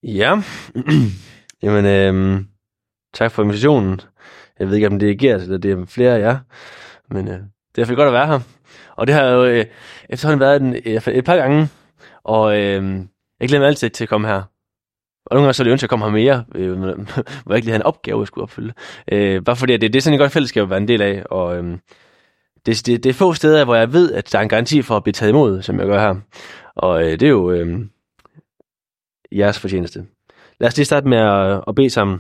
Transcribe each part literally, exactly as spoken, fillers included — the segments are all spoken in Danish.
Ja, jamen øh, tak for invitationen. Jeg ved ikke, om det er Gert, eller det er flere af jer, men øh, det er i hvert fald godt at være her. Og det har jo øh, efterhånden været en, et, et par gange, og øh, jeg glæder mig altid til at komme her. Og nogle gange så er det ønsker at komme her mere, øh, hvor jeg ikke lige havde en opgave, jeg skulle opfylde. Øh, bare fordi det, det er sådan et godt fællesskab at være en del af, og øh, det, det, det er få steder, hvor jeg ved, at der er en garanti for at blive taget imod, som jeg gør her. Og øh, det er jo øh, jeres fortjeneste. Lad os lige starte med at, at bede sammen.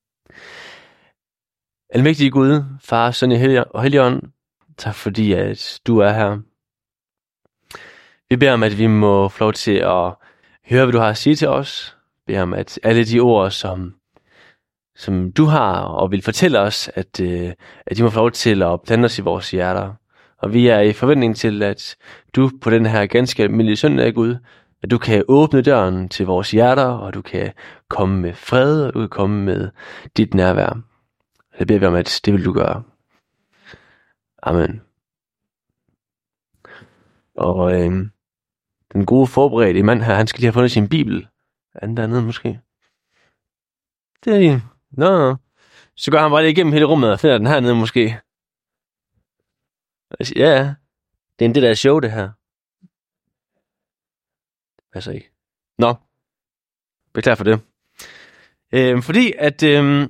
Almægtige Gud, Far, Søn og Helligånd, tak fordi, at du er her. Vi beder om, at vi må få lov til at høre, hvad du har at sige til os. Vi beder om, at alle de ord, som, som du har og vil fortælle os, at, at de må få lov til at plante os i vores hjerter. Og vi er i forventning til, at du på den her ganske almindelige søndag, Gud, at du kan åbne døren til vores hjerter, og du kan komme med fred, og du kan komme med dit nærvær. Det beder vi om, at det vil du gøre. Amen. Og øh, den gode forberedte mand her, han skal lige have fundet sin bibel. Er den dernede måske? Det er lige. Nå, så går han bare lige igennem hele rummet og finder den hernede måske. Ja, det er en det der show, det her. Altså ikke. Nå, beklager for det. Øh, fordi at, øh,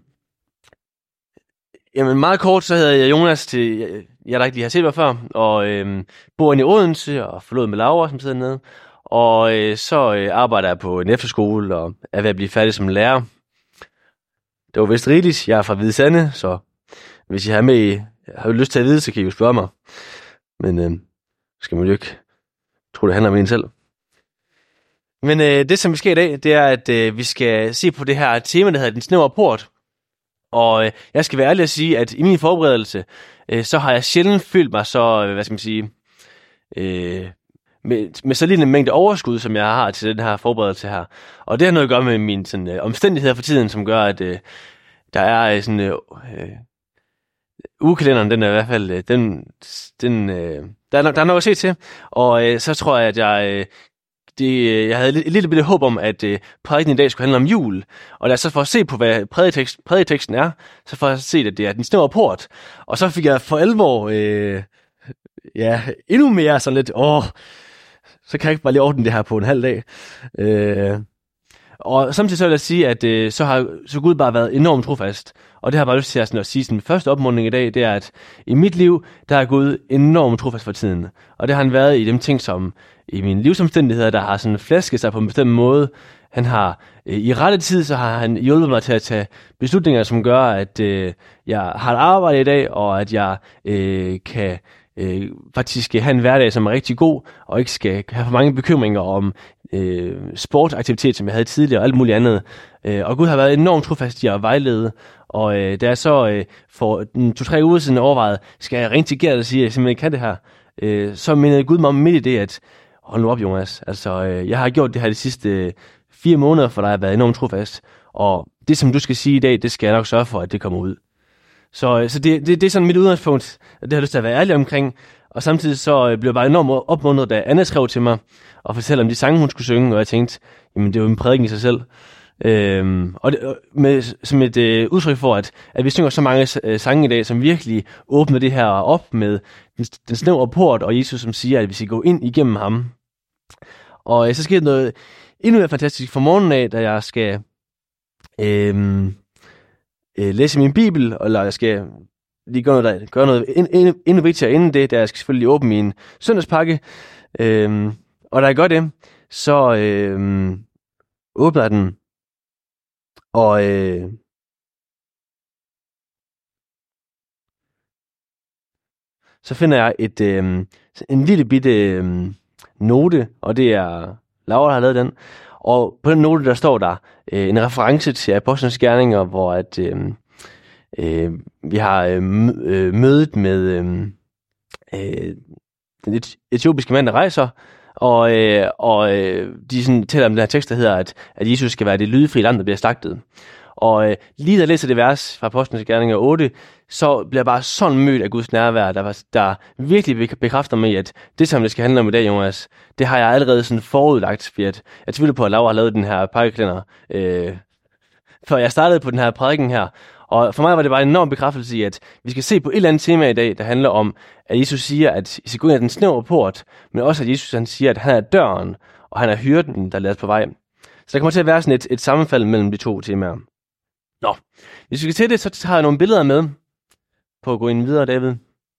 jamen meget kort, så hedder jeg Jonas til, jeg der ikke lige har set mig før, og øh, bor inde i Odense og forlod med Laura, som sidder nede. Og øh, så øh, arbejder jeg på en efterskole og er ved at blive færdig som lærer. Det var vist rigeligt. Jeg er fra Hvide Sande, så hvis I har med i, har lyst til at vide, så kan I jo spørge mig. Men øh, skal man jo ikke tro, det handler om en selv. Men øh, det, som vi skal i dag, det er, at øh, vi skal se på det her tema, der hedder Den snævre port. Og øh, jeg skal være ærlig at sige, at i min forberedelse, øh, så har jeg sjældent følt mig så, øh, hvad skal man sige, øh, med, med så lille en mængde overskud, som jeg har til den her forberedelse her. Og det har noget at gøre med mine sådan, øh, omstændigheder for tiden, som gør, at øh, der er øh, sådan... Øh, øh, ugekalenderen, den er i hvert fald, øh, den, den, øh, der, er, der er noget at se til. Og øh, så tror jeg, at jeg... Øh, Det, jeg havde et lille bitte håb om, at øh, prædiken i dag skulle handle om jul. Og da jeg så får at se på, hvad præditekst, præditeksten er, så får jeg set, at det er Den snævre port. Og så fik jeg for alvor, øh, ja, endnu mere sådan lidt, åh, så kan jeg ikke bare lige ordne det her på en halv dag. Øh, og samtidig så vil jeg sige, at øh, så har så Gud bare været enormt trofast. Og det har jeg bare lyst til at, sådan, at sige, sådan, første opmuntring i dag, det er, at i mit liv, der er Gud enormt trofast for tiden. Og det har han været i de ting, som i mine livsomstændigheder, der har sådan flasket sig på en bestemt måde. Han har øh, i rette tid, så har han hjulpet mig til at tage beslutninger, som gør, at øh, jeg har et arbejde i dag, og at jeg øh, kan øh, faktisk have en hverdag, som er rigtig god, og ikke skal have for mange bekymringer om øh, sportsaktivitet, som jeg havde tidligere, og alt muligt andet. Øh, og Gud har været enormt trofast i at vejlede, og øh, da jeg så øh, for to-tre uger siden overvejede, skal jeg ringe til Gert og sige, at jeg simpelthen ikke kan det her, øh, så mindede Gud mig om midt i det, at hold nu op, Jonas. Altså, øh, jeg har gjort det her de sidste øh, fire måneder, for dig har været enormt trofast. Og det, som du skal sige i dag, det skal jeg nok sørge for, at det kommer ud. Så, øh, så det, det, det er sådan mit udgangspunkt, det har jeg lyst til at være ærlig omkring. Og samtidig så øh, blev jeg bare enormt opmuntret, da Anna skrev til mig og fortalte om de sange, hun skulle synge. Og jeg tænkte, jamen det var en prædiken i sig selv. Øhm, og det, med, som et øh, udtryk for, at, at vi synger så mange øh, sange i dag, som virkelig åbner det her op med den, den snævre port, og Jesus, som siger, at vi skal gå ind igennem ham. Og øh, så sker noget endnu mere fantastisk for morgenen af, da jeg skal øh, øh, læse min bibel, eller jeg skal lige gøre noget, gøre noget endnu, endnu vigtigere inden det, da jeg skal selvfølgelig åbne min søndagspakke. Øh, og da jeg gør det, så øh, åbner jeg den, og øh, så finder jeg et øh, en lille bitte øh, note, og det er Laura, der har lavet den. Og på den note, der står der øh, en reference til Apostlenes Gerninger, hvor at, øh, øh, vi har øh, mødet med øh, den etiopiske mand, der rejser, og, øh, og øh, de sådan, tæller om den her tekst, der hedder, at, at Jesus skal være det lydefri land, der bliver slagtet. Og øh, lige da jeg læser det vers fra Apostlenes Gerninger otte, så bliver jeg bare sådan mødt af Guds nærvær, der, der virkelig bekræfter mig, at det, som det skal handle om i dag, Jonas, det har jeg allerede sådan forudlagt, fordi at jeg tvivler på, at Laura har lavet den her pakkekalender, øh, før jeg startede på den her prædiken her. Og for mig var det bare en enorm bekræftelse i, at vi skal se på et eller andet tema i dag, der handler om, at Jesus siger, at I skal gå ind ad den snævre port, men også at Jesus han siger, at han er døren, og han er hyrden, der lader os på vej. Så der kommer til at være sådan et, et sammenfald mellem de to temaer. Nå, hvis vi skal til det, så har jeg nogle billeder med på at gå ind videre, David.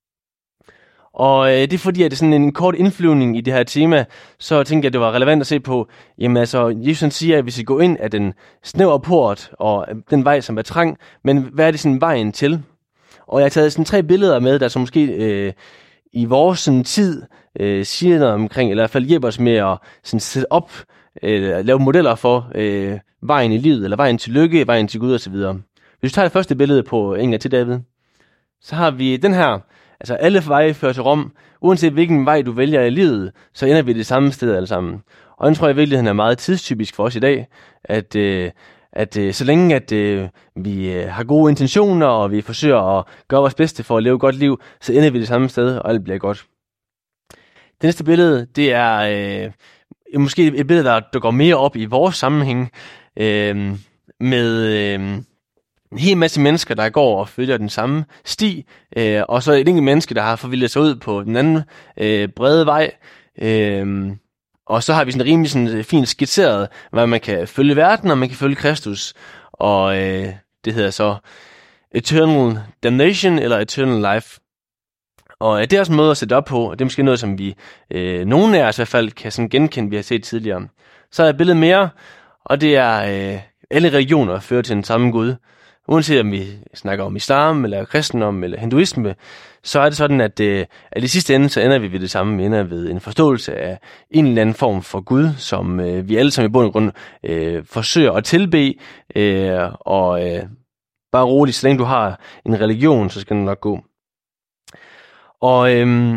Og øh, det er fordi, at det er sådan en kort indflyvning i det her tema, så tænkte jeg, at det var relevant at se på, jamen altså, Jesus siger, at vi skal gå ind af den snævre port, og den vej, som er trang, men hvad er det sådan vejen til? Og jeg har taget sådan tre billeder med, der så måske øh, i vores sådan, tid øh, siger noget omkring, eller i hvert fald hjælper os med at sådan, sætte op, øh, lave modeller for øh, vejen i livet, eller vejen til lykke, vejen til Gud osv. Hvis vi tager det første billede på en gang til, David, så har vi den her. Altså alle veje fører til Rom. Uanset hvilken vej du vælger i livet, så ender vi det samme sted alle sammen. Og den tror jeg i virkeligheden er meget tidstypisk for os i dag, at, øh, at øh, så længe at øh, vi øh, har gode intentioner, og vi forsøger at gøre vores bedste for at leve et godt liv, så ender vi det samme sted, og alt bliver godt. Det næste billede, det er øh, måske et billede, der, der går mere op i vores sammenhæng, øh, med Øh, en hel masse mennesker, der går og følger den samme sti, øh, og så et enkelt menneske, der har forvildet sig ud på den anden øh, brede vej. Øh, og så har vi sådan rimelig sådan fint skitseret, hvad man kan følge verden, og man kan følge Kristus. Og øh, det hedder så Eternal Damnation eller Eternal Life. Og øh, det er også en måde at sætte op på, og det er måske noget, som vi, øh, nogle af os i hvert fald, kan sådan genkende, vi har set tidligere. Så er der et billede mere, og det er øh, alle religioner fører til den samme Gud. Uanset om vi snakker om islam, eller kristendom, eller hinduisme, så er det sådan, at, øh, at i sidste ende, så ender vi ved det samme. Vi ender ved en forståelse af en eller anden form for Gud, som øh, vi alle sammen i bund og grund øh, forsøger at tilbede. Øh, og øh, bare roligt, så længe du har en religion, så skal det nok gå. Og øh,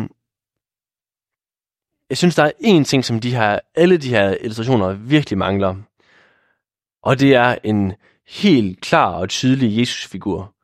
jeg synes, der er én ting, som de her, alle de her illustrationer virkelig mangler. Og det er en helt klar og tydelig Jesus-figur.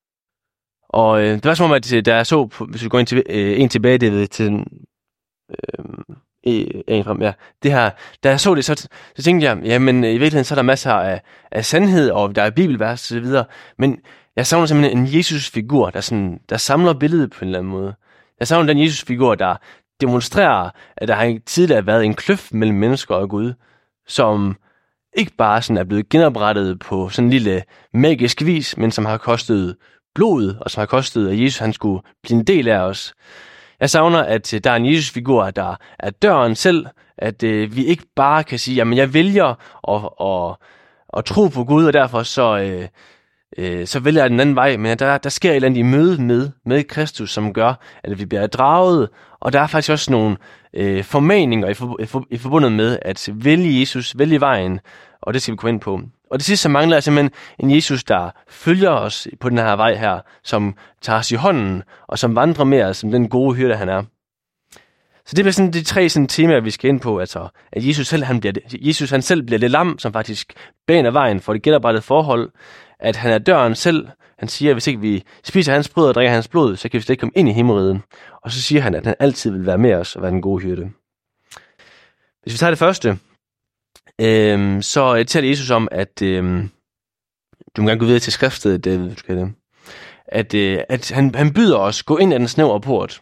Og øh, det var som om, at da jeg så, på, hvis vi går ind til, øh, en tilbage, det ved, til øh, en frem, ja, det her, da jeg så det, så, så tænkte jeg, jamen i virkeligheden, så er der masser af, af sandhed, og der er bibelvers og så videre, men jeg savner simpelthen en Jesus-figur, der, sådan, der samler billedet på en eller anden måde. Jeg savner den Jesus-figur, der demonstrerer, at der har tidligere været en kløft mellem mennesker og Gud, som ikke bare sådan er blevet genoprettet på sådan en lille magisk vis, men som har kostet blod, og som har kostet, at Jesus han skulle blive en del af os. Jeg savner, at der er en Jesus-figur, der er døren selv, at øh, vi ikke bare kan sige, jamen jeg vælger at, at, at tro på Gud, og derfor så, øh, øh, så vælger jeg den anden vej, men der, der sker et eller andet i møde med, med Kristus, som gør, at vi bliver draget, og der er faktisk også nogle øh, formaninger i, for, i, for, i forbundet med at vælge Jesus, vælge vejen, og det skal vi komme ind på. Og det sidste, så mangler jeg simpelthen en Jesus, der følger os på den her vej her, som tager os i hånden, og som vandrer med os, som den gode hyrde, han er. Så det bliver sådan de tre sådan, temaer, vi skal ind på, altså, at Jesus, selv, han bliver, Jesus han selv bliver det lam, som faktisk baner vejen for det genoprettede forhold, at han er døren selv. Han siger, at hvis ikke vi spiser hans brød og drikker hans blod, så kan vi slet ikke komme ind i himmeriget. Og så siger han, at han altid vil være med os og være den gode hyrde. Hvis vi tager det første, Øhm, så taler Jesus om, at øhm, du må gerne gå videre til skriftet, David, du skal det, at, øh, at han, han byder os gå ind ad den snævre port.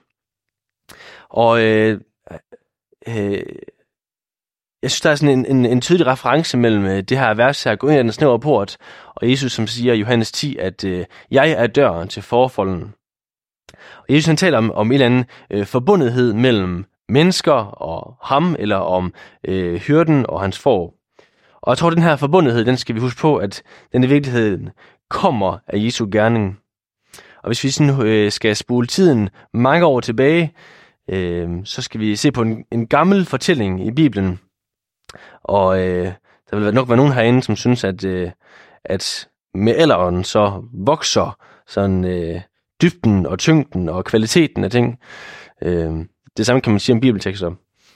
Og øh, øh, jeg synes, der er sådan en, en, en tydelig reference mellem det her vers her, gå ind ad den snævre port, og Jesus, som siger i Johannes ti, at øh, jeg er døren til forfolden. Og Jesus han taler om, om en eller anden øh, forbundethed mellem mennesker og ham, eller om øh, hyrden og hans får. Og jeg tror, at den her forbundethed, den skal vi huske på, at den i virkeligheden kommer af Jesu gerning. Og hvis vi sådan, øh, skal spole tiden mange år tilbage, øh, så skal vi se på en, en gammel fortælling i Bibelen. Og øh, der vil nok være nogen herinde, som synes, at, øh, at med alderen så vokser sådan, øh, dybden og tyngden og kvaliteten af ting. Øh, Det samme kan man sige om bibeltekster.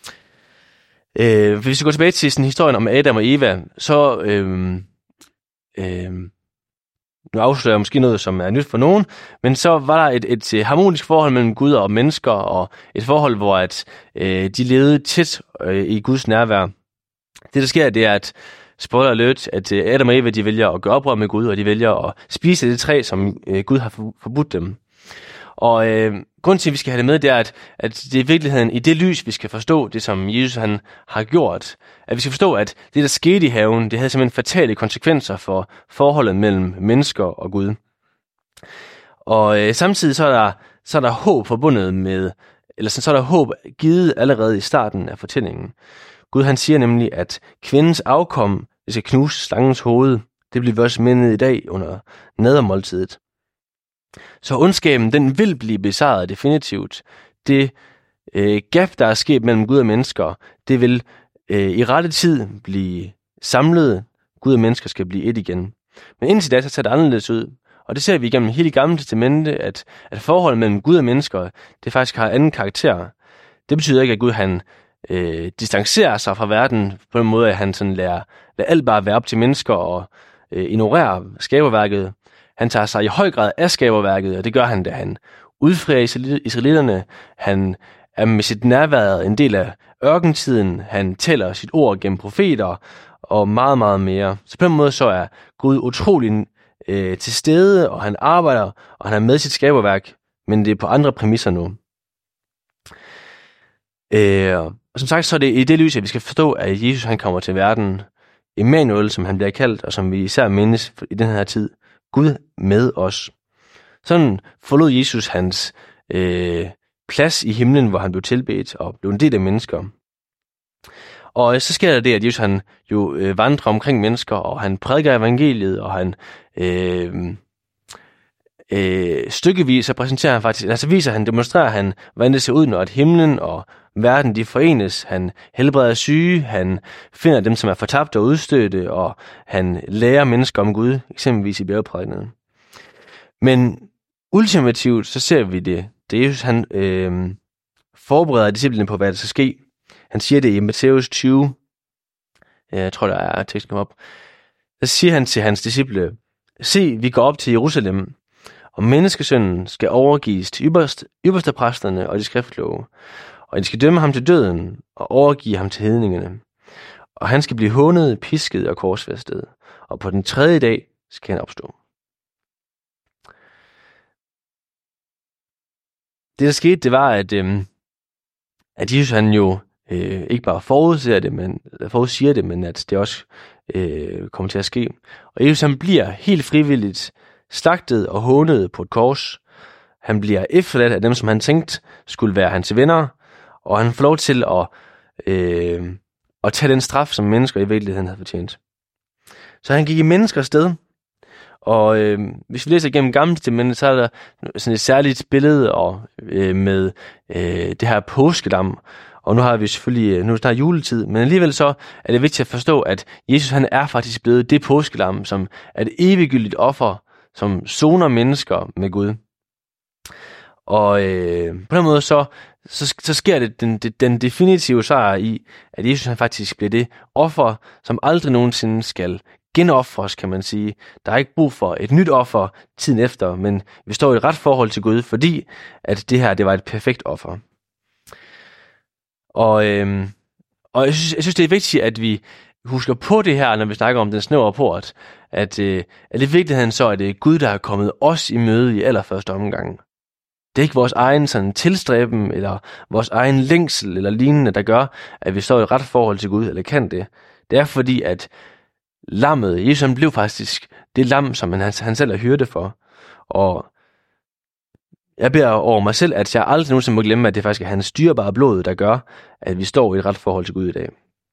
Øh, hvis vi går tilbage til sådan historien om Adam og Eva, så, øh, øh, nu afslører jeg måske noget, som er nyt for nogen, men så var der et, et, et harmonisk forhold mellem Gud og mennesker, og et forhold, hvor at, øh, de levede tæt øh, i Guds nærvær. Det, der sker, det er, at spoiler alert, at øh, Adam og Eva, de vælger at gøre oprør med Gud, og de vælger at spise det træ, som øh, Gud har forbudt dem. Og øh, grunden til, at vi skal have det med, det er, at, at det er i virkeligheden i det lys, vi skal forstå det, som Jesus han har gjort. At vi skal forstå, at det, der skete i haven, det havde simpelthen fatale konsekvenser for forholdet mellem mennesker og Gud. Og øh, samtidig så er, der, så er der håb forbundet med, eller så er der håb givet allerede i starten af fortællingen. Gud han siger nemlig, at kvindens afkom, det skal knuse slangens hoved. Det bliver vi også mindet i dag under nadermåltidet. Så ondskaben, den vil blive besejret definitivt. Det øh, gap, der er sket mellem Gud og mennesker, det vil øh, i rette tid blive samlet. Gud og mennesker skal blive et igen. Men indtil da, så ser det anderledes ud. Og det ser vi igennem hele Gamle Testamente, at, at forholdet mellem Gud og mennesker, det faktisk har anden karakter. Det betyder ikke, at Gud han øh, distancerer sig fra verden på den måde, at han sådan lader, lader alt bare være op til mennesker og øh, ignorerer skaberværket. Han tager sig i høj grad af skaberværket, og det gør han, da han udfrier israelitterne. Han er med sit nærvær en del af ørkentiden. Han tæller sit ord gennem profeter og meget, meget mere. Så på den måde så er Gud utrolig øh, til stede, og han arbejder, og han er med sit skaberværk, men det er på andre præmisser nu. Øh, og som sagt, så er det i det lys, at vi skal forstå, at Jesus han kommer til verden. Emmanuel, som han bliver kaldt, og som vi især mindes i den her tid. Gud med os. Sådan forlod Jesus hans øh, plads i himlen, hvor han blev tilbedt og blev en del af mennesker. Og så sker der det, at Jesus han jo øh, vandrer omkring mennesker, og han prædiker evangeliet, og han øh, øh, stykkevis så præsenterer han faktisk, altså viser han, demonstrerer han, hvordan det ser ud, når at himlen og verden de forenes. Han helbreder syge, han finder dem, som er fortabte og udstødte, og han lærer mennesker om Gud, eksempelvis i bjergprædikenen. Men ultimativt, så ser vi det. Det er Jesus, han øh, forbereder disciplene på, hvad der skal ske. Han siger det i Matthæus tyve. Jeg tror, der er teksten op. Der siger han til hans disciple, se, vi går op til Jerusalem, og menneskesønnen skal overgives til ypperste, ypperste præsterne og de skriftlove, og de skal dømme ham til døden og overgive ham til hedningerne. Og han skal blive hånet, pisket og korsfæstet, og på den tredje dag skal han opstå. Det, der skete, det var, at, øhm, at Jesus han jo øh, ikke bare forudser det, men, forudsiger det, men at det også øh, kommer til at ske. Og Jesus han bliver helt frivilligt slagtet og hånet på et kors. Han bliver efterladt af dem, som han tænkte skulle være hans venner, og han får lov til at, øh, at tage den straf, som mennesker i virkeligheden havde fortjent. Så han gik i menneskers sted, og øh, hvis vi læser igennem Gamle Testamentet, så er der sådan et særligt billede og, øh, med øh, det her påskelam. Og nu har vi selvfølgelig, nu er der juletid, men alligevel så er det vigtigt at forstå, at Jesus han er faktisk blevet det påskelam, som er et eviggyldigt offer, som soner mennesker med Gud. Og øh, på den måde så, så, så sker det den, den definitive sejr i, at Jesus han faktisk bliver det offer, som aldrig nogensinde skal genoffres, kan man sige. Der er ikke brug for et nyt offer tiden efter, men vi står i et ret forhold til Gud, fordi at det her det var et perfekt offer. Og, øh, og jeg, synes, jeg synes, det er vigtigt, at vi husker på det her, når vi snakker om den snævre port, at, øh, at i virkeligheden så er det Gud, der har kommet os i møde i allerførste omgang. Det er ikke vores egen sådan, tilstræben, eller vores egen længsel, eller lignende, der gør, at vi står i ret forhold til Gud, eller kan det. Det er fordi, at lammet, Jesus blev faktisk det lam, som han, han selv er hyrde for. Og jeg beder over mig selv, at jeg aldrig nogensinde må glemme, at det faktisk er hans dyrebare blod, der gør, at vi står i et ret forhold til Gud i dag.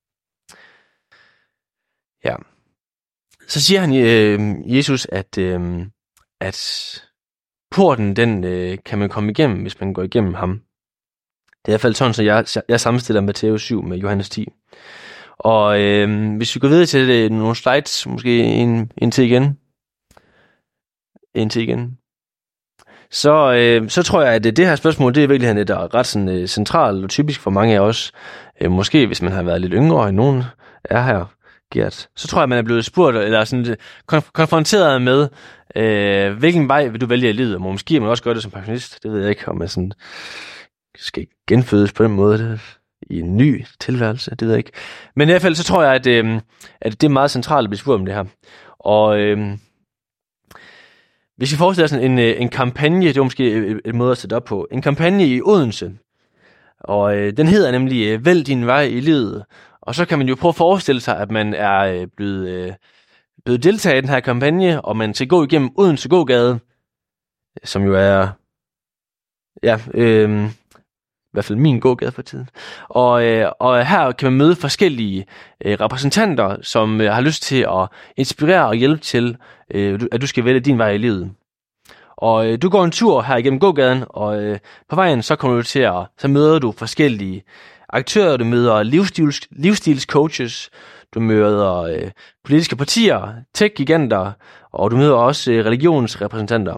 Ja. Så siger han, øh, Jesus, at, øh, at porten, den øh, kan man komme igennem, hvis man går igennem ham. Det er i hvert fald sådan, så jeg, jeg sammenstiller Matthæus syv med Johannes ti. Og øh, hvis vi går videre til det, nogle slides, måske en, en til igen. En til igen. Så, øh, så tror jeg, at det her spørgsmål, det er virkelig et ret sådan, øh, centralt og typisk for mange af os. Øh, måske hvis man har været lidt yngre end nogen er her, forkert. Så tror jeg, man er blevet spurgt, eller sådan konf- konfronteret med, øh, hvilken vej vil du vælge i livet? Og måske man også gøre det som pensionist. Det ved jeg ikke, om man sådan skal genfødes på den måde det, i en ny tilværelse. Det ved jeg ikke. Men i hvert fald, så tror jeg, at, øh, at det er meget centralt at blive spurgt om det her. Og øh, hvis vi forestiller sådan en, en kampagne, det er måske et, et måde at sætte op på, en kampagne i Odense, og øh, den hedder nemlig øh, Vælg din vej i livet. Og så kan man jo prøve at forestille sig, at man er øh, blevet, øh, blevet deltager i den her kampagne, og man skal gå igennem Odense gågade, som jo er, ja, øh, i hvert fald min gågade for tiden. Og, øh, og her kan man møde forskellige øh, repræsentanter, som øh, har lyst til at inspirere og hjælpe til, øh, at du skal vælge din vej i livet. Og øh, du går en tur her igennem gågaden, og øh, på vejen så kommer du til at, så møder du forskellige aktører, du møder livsstils, livsstilscoaches, du møder øh, politiske partier, tech-giganter, og du møder også øh, religionsrepræsentanter.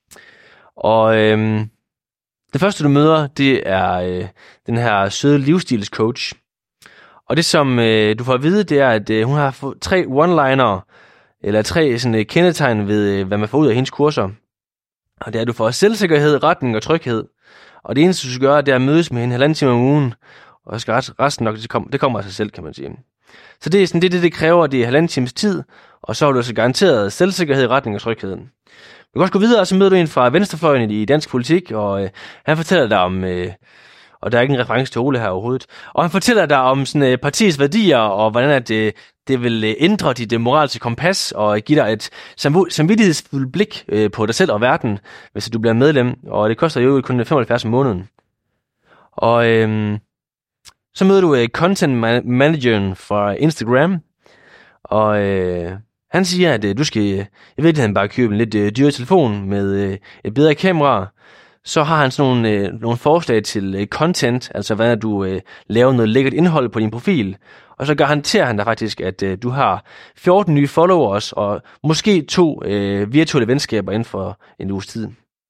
Og øh, det første du møder, det er øh, den her søde livsstilscoach. Og det som øh, du får at vide, det er, at øh, hun har fået tre one-linere, eller tre sådan, øh, kendetegn ved, øh, hvad man får ud af hendes kurser. Og det er, at du får selvsikkerhed, retning og tryghed. Og det eneste, du skal gøre, det er at mødes med hende halvanden time om ugen. Og skal resten nok, det kommer, det kommer af sig selv, kan man sige. Så det er sådan, det, det, det kræver, det er halvanden times tid. Og så har du altså garanteret selvsikkerhed, retning og trygheden. Du kan også gå videre, og så møder du en fra venstrefløjen i dansk politik. Og øh, han fortæller dig om... Øh, og der er ikke en reference til Ole her overhovedet. Og han fortæller dig om sådan, øh, partiets værdier, og hvordan at, øh, det vil øh, ændre dit øh, moralske kompas, og give dig et sam- samvittighedsfuldt blik øh, på dig selv og verden, hvis du bliver medlem. Og det koster jo kun femoghalvfjerds om måneden. Og øh, så møder du øh, content man- manageren fra Instagram, og øh, han siger, at øh, du skal øh, i virkeligheden bare købe en lidt øh, dyre telefon med øh, et bedre kamera. Så har han sådan nogle, øh, nogle forslag til øh, content, altså hvordan du øh, laver noget lækkert indhold på din profil. Og så garanterer han dig faktisk, at øh, du har fjorten nye followers, og måske to øh, virtuelle venskaber inden for en uges tid.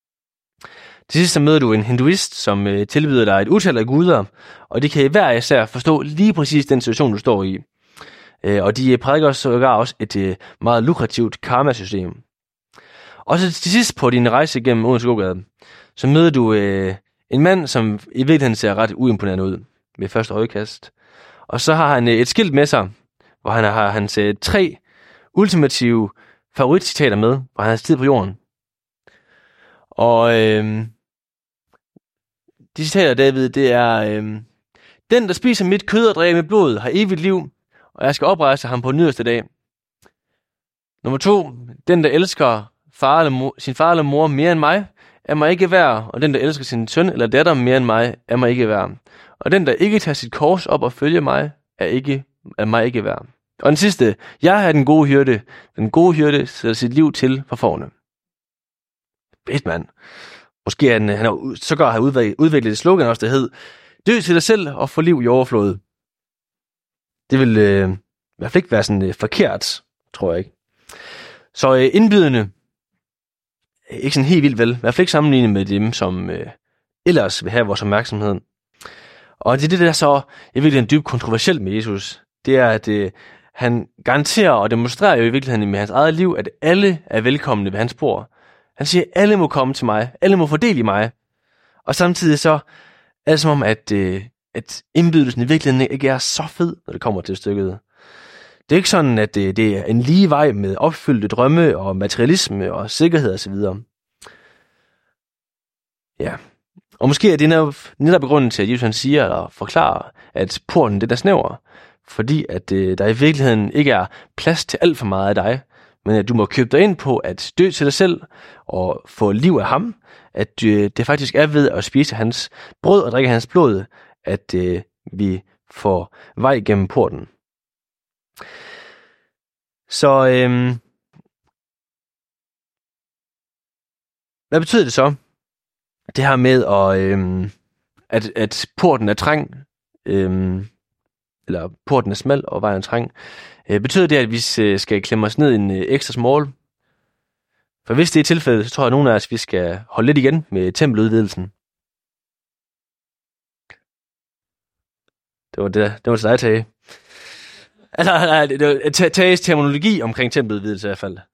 Til sidst så møder du en hinduist, som øh, tilbyder dig et utal af guder, og de kan i hver især forstå lige præcis den situation, du står i. Øh, og de prædiker sågar også et øh, meget lukrativt karma-system. Og så til sidst på din rejse gennem Odense gågade, så møder du øh, en mand, som i virkeligheden ser ret uimponerende ud ved første øjekast. Og så har han øh, et skilt med sig, hvor han har hans øh, tre ultimative favoritcitater med fra hans tid på jorden. Og øh, de citater, David, det er, øh, den, der spiser mit kød og drikker mit blod, har evigt liv, og jeg skal oprejse ham på den yderste dag. Nummer to, den, der elsker far eller mor, sin far eller mor mere end mig, er mig ikke værd, og den, der elsker sin søn eller datter mere end mig, er mig ikke værd. Og den, der ikke tager sit kors op og følger mig, er, ikke, er mig ikke værd. Og den sidste, jeg er den gode hyrde. Den gode hyrde sætter sit liv til for forne. Fedt, mand. Måske han, han har sågar har udviklet, udviklet et slogan også, der hed, dø til dig selv og få liv i overflod. Det vil øh, i hvert fald ikke være sådan øh, forkert, tror jeg ikke. Så øh, indbydende, ikke sådan helt vildt vel, i hvert fald ikke sammenlignet med dem, som øh, ellers vil have vores opmærksomhed. Og det er det, der så er virkelig dybt kontroversielt med Jesus. Det er, at øh, han garanterer og demonstrerer jo i virkeligheden med hans eget liv, at alle er velkomne ved hans bord. Han siger, at alle må komme til mig, alle må fordele i mig. Og samtidig så er det som om, at, øh, at indbydelsen i virkeligheden ikke er så fed, når det kommer til stykket. Det er ikke sådan, at det, det er en lige vej med opfyldte drømme og materialisme og sikkerhed osv. Ja. Og måske er det netop, netop grunden til, at Jesus han siger eller forklarer, at porten den er snæver. Fordi at øh, der i virkeligheden ikke er plads til alt for meget af dig, men at du må købe dig ind på at dø til dig selv og få liv af ham. At øh, det faktisk er ved at spise hans brød og drikke hans blod, at øh, vi får vej gennem porten. Så øhm, hvad betyder det så? Det her med, at, øhm, at, at porten er trang, øhm, eller porten er smal og vejen er trang, øh, betyder det, at vi skal klemme os ned i en øh, ekstra small? For hvis det er tilfældet, så tror jeg, at nogle af os vi skal holde lidt igen med tempeludvidelsen. Det var det, det var til dig, Tage. Altså, nej, det, det, det tages terminologi omkring tempeludvidelse i hvert fald.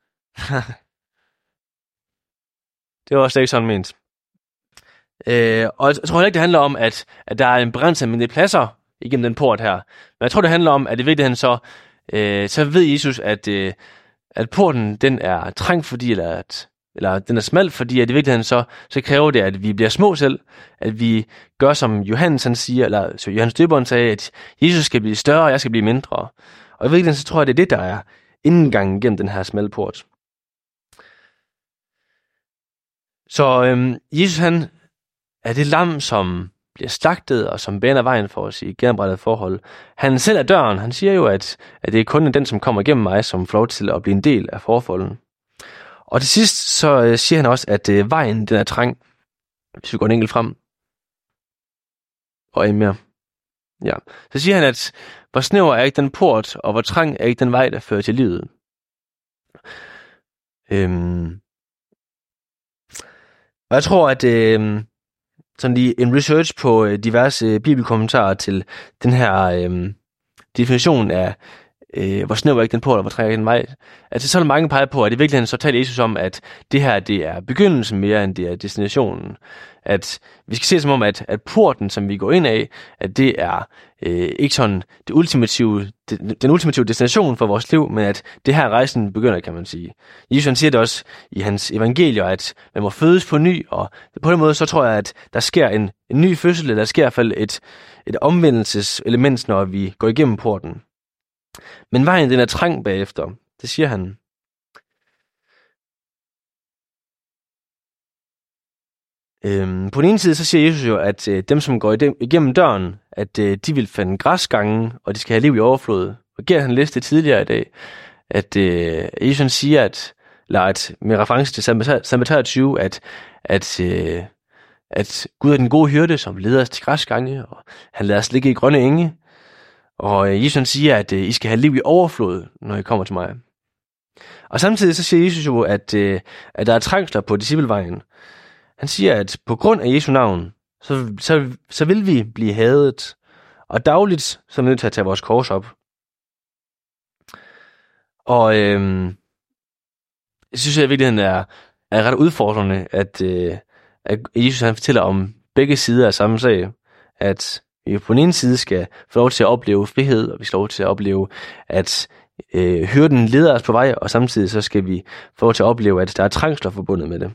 Det var slet ikke sådan ment. Øh, og jeg tror heller ikke, det handler om, at, at der er en begrænset mængde pladser igennem den port her. Men jeg tror, det handler om, at i virkeligheden så, øh, så ved Jesus, at, øh, at porten den er trængt, fordi, eller, at, eller den er smal, fordi at i virkeligheden så, så kræver det, at vi bliver små selv. At vi gør, som Johannes han siger, eller så Johannes Døberen sagde, at Jesus skal blive større, og jeg skal blive mindre. Og i virkeligheden så tror jeg, det er det, der er indgangen gennem den her smalle port. Så øhm, Jesus han er det lam, som bliver slagtet, og som baner vejen for os i genoprettet forhold. Han selv er døren. Han siger jo, at, at det er kun den, som kommer igennem mig, som får lov til at blive en del af forholden. Og til sidst så øh, siger han også, at øh, vejen den er trang. Hvis vi går en enkelt frem. Og en mere. Ja. Så siger han, at hvor snæver er ikke den port, og hvor trang er ikke den vej, der fører til livet. Øhm. Og jeg tror, at øh, sådan lige en research på øh, diverse øh, bibelkommentarer til den her øh, definition af, øh, hvor snæver ikke den port, og hvor trang er ikke den vej. Altså så er der mange peger på, at i virkeligheden så taler Jesus om, at det her det er begyndelsen mere, end det er destinationen. At vi skal se det som om, at, at porten, som vi går ind af, at det er øh, ikke sådan det ultimative, det, den ultimative destination for vores liv, men at det her rejsen begynder, kan man sige. Jesus han siger det også i hans evangelier, at man må fødes på ny, og på den måde så tror jeg, at der sker en, en ny fødsel, eller der sker i hvert fald et, et omvendelseselement, når vi går igennem porten. Men vejen den er trang bagefter, det siger han. Øhm, på den ene side, så siger Jesus jo, at øh, dem, som går igennem døren, at øh, de vil finde græsgange, og de skal have liv i overflod. Og giver han læste tidligere i dag, at øh, Jesus siger, at, eller at med reference til salme treogtyve, at, at, øh, at Gud er den gode hyrde, som leder os til græsgange, og han lader os ligge i grønne enge. Og øh, Jesus siger, at øh, I skal have liv i overflod, når I kommer til mig. Og samtidig så siger Jesus jo, at, øh, at der er trængsler på disciplevejen. Han siger, at på grund af Jesu navn, så, så, så vil vi blive hadet. Og dagligt, så er vi nødt til at tage vores kors op. Og øhm, jeg synes, at i virkeligheden er, er ret udfordrende, at, øh, at Jesus han fortæller om begge sider af samme sag. At vi på den ene side skal få lov til at opleve frihed, og vi skal lov til at opleve, at øh, hyrden leder os på vej, og samtidig så skal vi få lov til at opleve, at der er trængsler forbundet med det.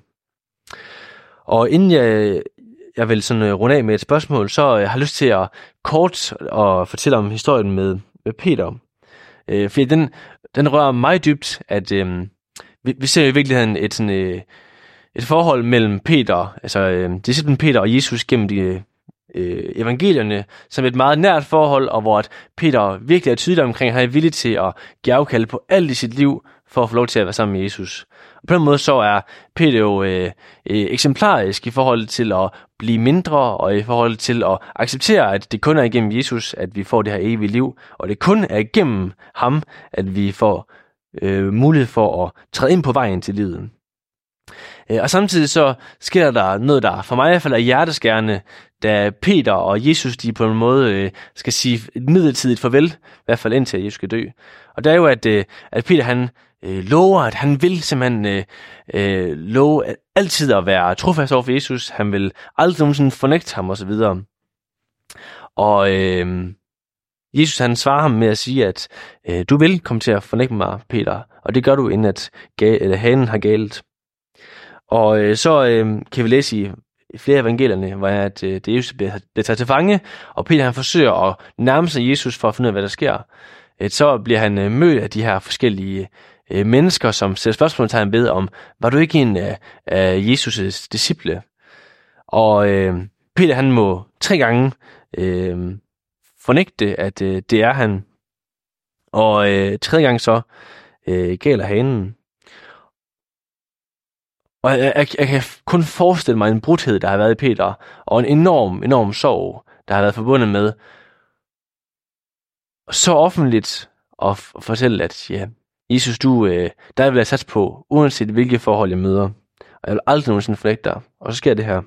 Og inden jeg, jeg vil sådan runde af med et spørgsmål, så jeg har lyst til at kort og fortælle om historien med, med Peter. Øh, fordi den, den rører mig dybt, at øh, vi, vi ser i virkeligheden et, sådan, øh, et forhold mellem Peter, altså øh, disciplen Peter og Jesus gennem de øh, evangelierne, som et meget nært forhold, og hvor at Peter virkelig er tydelig omkring, at han er villig til at give afkald på alt i sit liv, for at få lov til at være sammen med Jesus. Og på den måde så er Peter jo øh, øh, eksemplarisk i forhold til at blive mindre, og i forhold til at acceptere, at det kun er igennem Jesus, at vi får det her evige liv, og det kun er igennem ham, at vi får øh, mulighed for at træde ind på vejen til livet. Øh, og samtidig så sker der noget, der for mig i hvert fald er hjerteskærende, da Peter og Jesus, de på en måde øh, skal sige et midlertidigt farvel, i hvert fald indtil Jesus skal dø. Og det er jo, at, øh, at Peter han øh, lover, at han vil simpelthen øh, øh, love at altid at være trofast over for Jesus. Han vil aldrig nogensinde fornægte ham osv. Og øh, Jesus han svarer ham med at sige, at øh, du vil komme til at fornægte mig, Peter, og det gør du, inden at ga- eller hanen har galt. Og øh, så øh, kan vi læse i flere evangelierne, hvor at, øh, det Jesus bliver, bliver taget til fange, og Peter han forsøger at nærme sig Jesus for at finde ud af, hvad der sker. Øh, så bliver han øh, mødt af de her forskellige øh, mennesker, som sætter spørgsmålstegn ved om, var du ikke en af, af Jesus' disciple? Og øh, Peter han må tre gange øh, fornægte, at øh, det er han. Og øh, tredje gang så øh, gælder hanen. Og jeg, jeg, jeg kan kun forestille mig en brudhed, der har været i Peter, og en enorm, enorm sorg, der har været forbundet med så offentligt at fortælle, at ja, Jesus, du, øh, der vil jeg satse på, uanset hvilke forhold jeg møder. Og jeg vil aldrig nogensinde fornægte dig. Og så sker det her.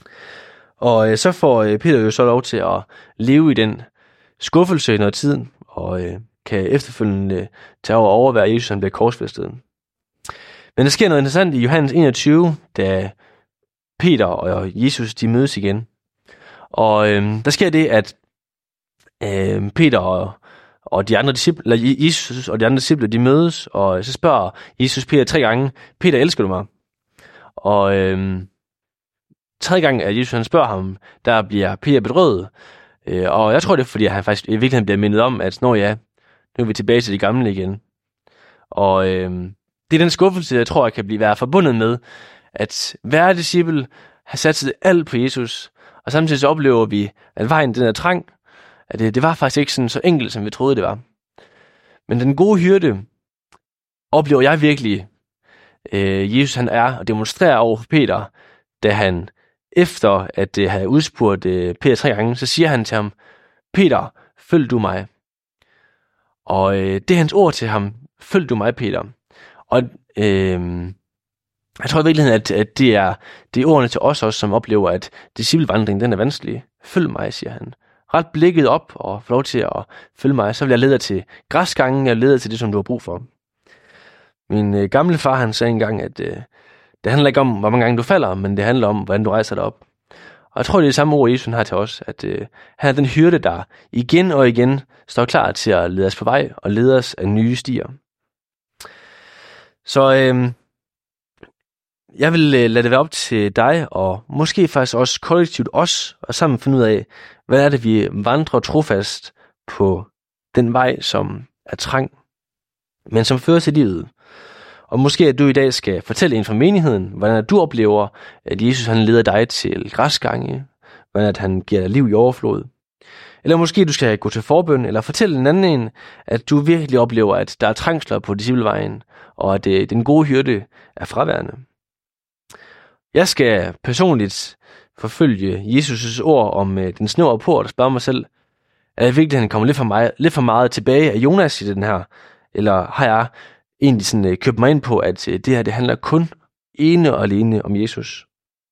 Og øh, så får øh, Peter jo så lov til at leve i den skuffelse i noget tid, og øh, kan efterfølgende tage over og overvære, at Jesus han bliver korsfæstet. Men der sker noget interessant i Johannes enogtyve, da Peter og Jesus de mødes igen. Og øh, der sker det, at øh, Peter og, og de andre disciple, eller Jesus og de andre disciple, de mødes, og så spørger Jesus Peter tre gange, Peter, elsker du mig? Og øh, tredje gang, at Jesus han spørger ham, der bliver Peter bedrøvet. Øh, og jeg tror, det er, fordi han faktisk i virkeligheden bliver mindet om, at når ja, nu er vi tilbage til de gamle igen. Og øh, det er den skuffelse, jeg tror, jeg kan blive være forbundet med, at hver disciple har sat alt på Jesus, og samtidig så oplever vi, at vejen den er trang, at det, det var faktisk ikke sådan så enkelt, som vi troede, det var. Men den gode hyrde oplever jeg virkelig, øh, Jesus han er og demonstrerer over for Peter, da han efter at øh, have udspurgt øh, Peter tre gange, så siger han til ham, Peter, følg du mig. Og øh, det er hans ord til ham, følg du mig, Peter. Og øh, jeg tror i virkeligheden, at, at det, er, det er ordene til os også, som oplever, at disciplevandringen den er vanskelig. Følg mig, siger han. Ret blikket op og få lov til at følge mig, så vil jeg lede dig til græsgangen, jeg leder til det, som du har brug for. Min øh, gamle far, han sagde engang, at øh, det handler ikke om, hvor mange gange du falder, men det handler om, hvordan du rejser dig op. Og jeg tror, det er det samme ord, Jesus har til os, at øh, han er den hyrde, der igen og igen står klar til at lede os på vej og lede os af nye stier. Så øh, jeg vil øh, lade det være op til dig, og måske faktisk også kollektivt os, og sammen finde ud af, hvad er det, vi vandrer trofast på den vej, som er trang, men som fører til livet. Og måske at du i dag skal fortælle en fra menigheden, hvordan du oplever, at Jesus han leder dig til græsgange, hvordan at han giver dig liv i overflod. Eller måske du skal gå til forbøn, eller fortælle en anden en, at du virkelig oplever, at der er trængsler på disciplevejen, og at øh, den gode hyrde er fraværende. Jeg skal personligt forfølge Jesus' ord om øh, den snævre port og spørge mig selv, er det vigtigt, at han kommer lidt for, mig, lidt for meget tilbage af Jonas i den her, eller har jeg egentlig sådan øh, købt mig ind på, at øh, det her det handler kun ene og alene om Jesus.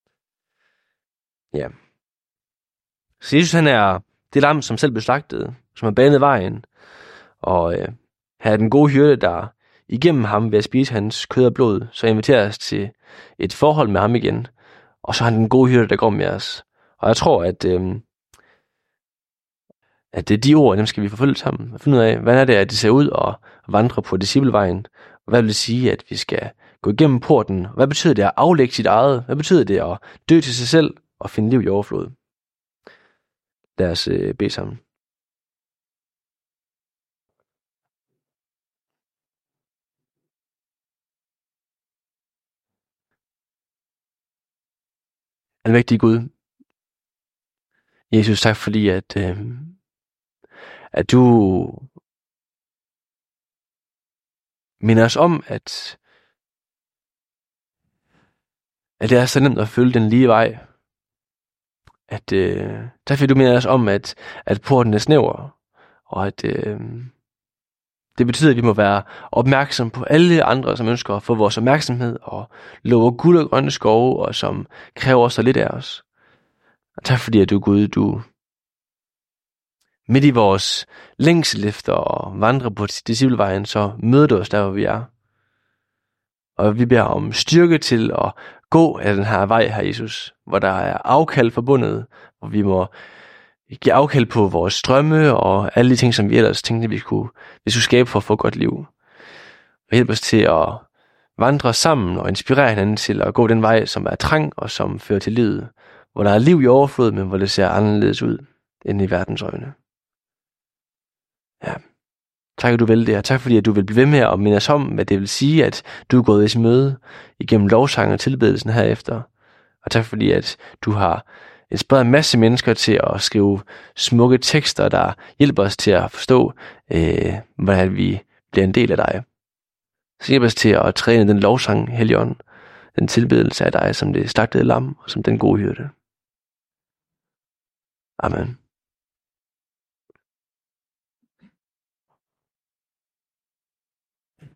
Ja. Så Jesus han er det lam, som selv blev slagtet, som har banet vejen, og øh, her er den gode hyrde, der igennem ham ved at spise hans kød og blod, så inviterer os til et forhold med ham igen, og så er han den gode hyrde, der går med os. Og jeg tror, at, øh, at det er de ord, dem skal vi forfølge sammen, og finde ud af, hvad er det, at det ser ud og vandre på disciplevejen. Hvad vil det sige, at vi skal gå igennem porten? Hvad betyder det at aflægge sit eget? Hvad betyder det at dø til sig selv og finde liv i overflod? Lad os øh, bede sammen. Almægtige Gud, Jesus, tak fordi, at, øh, at du minder os om, at, at det er så nemt at følge den lige vej. At, øh, tak fordi du minder os om, at, at porten er snæver, og at øh, det betyder, at vi må være opmærksom på alle andre, som ønsker at få vores opmærksomhed, og lover guld og grønne skove, og som kræver så lidt af os. Og tak fordi, at du, Gud, du midt i vores længsel efter at vandre på disciplevejen, så møder du os der, hvor vi er. Og vi beder om styrke til at gå af den her vej her, Jesus, hvor der er afkald forbundet, hvor vi må give afkald på vores drømme og alle de ting, som vi ellers tænkte, vi skulle, vi skulle skabe for at få et godt liv. Og hjælp os til at vandre sammen og inspirere hinanden til at gå den vej, som er trang og som fører til livet, hvor der er liv i overflod, men hvor det ser anderledes ud end i verdens øjne. Ja. Tak, at du vil det, og tak fordi, at du vil blive ved med at minde os om, hvad det vil sige, at du er gået i møde igennem lovsang og tilbedelsen herefter. Og tak fordi, at du har inspireret en masse mennesker til at skrive smukke tekster, der hjælper os til at forstå, øh, hvordan vi bliver en del af dig. Så hjælp os til at træne den lovsang, Helligånd, den tilbedelse af dig, som det slagtede lam og som den gode hyrde. Amen.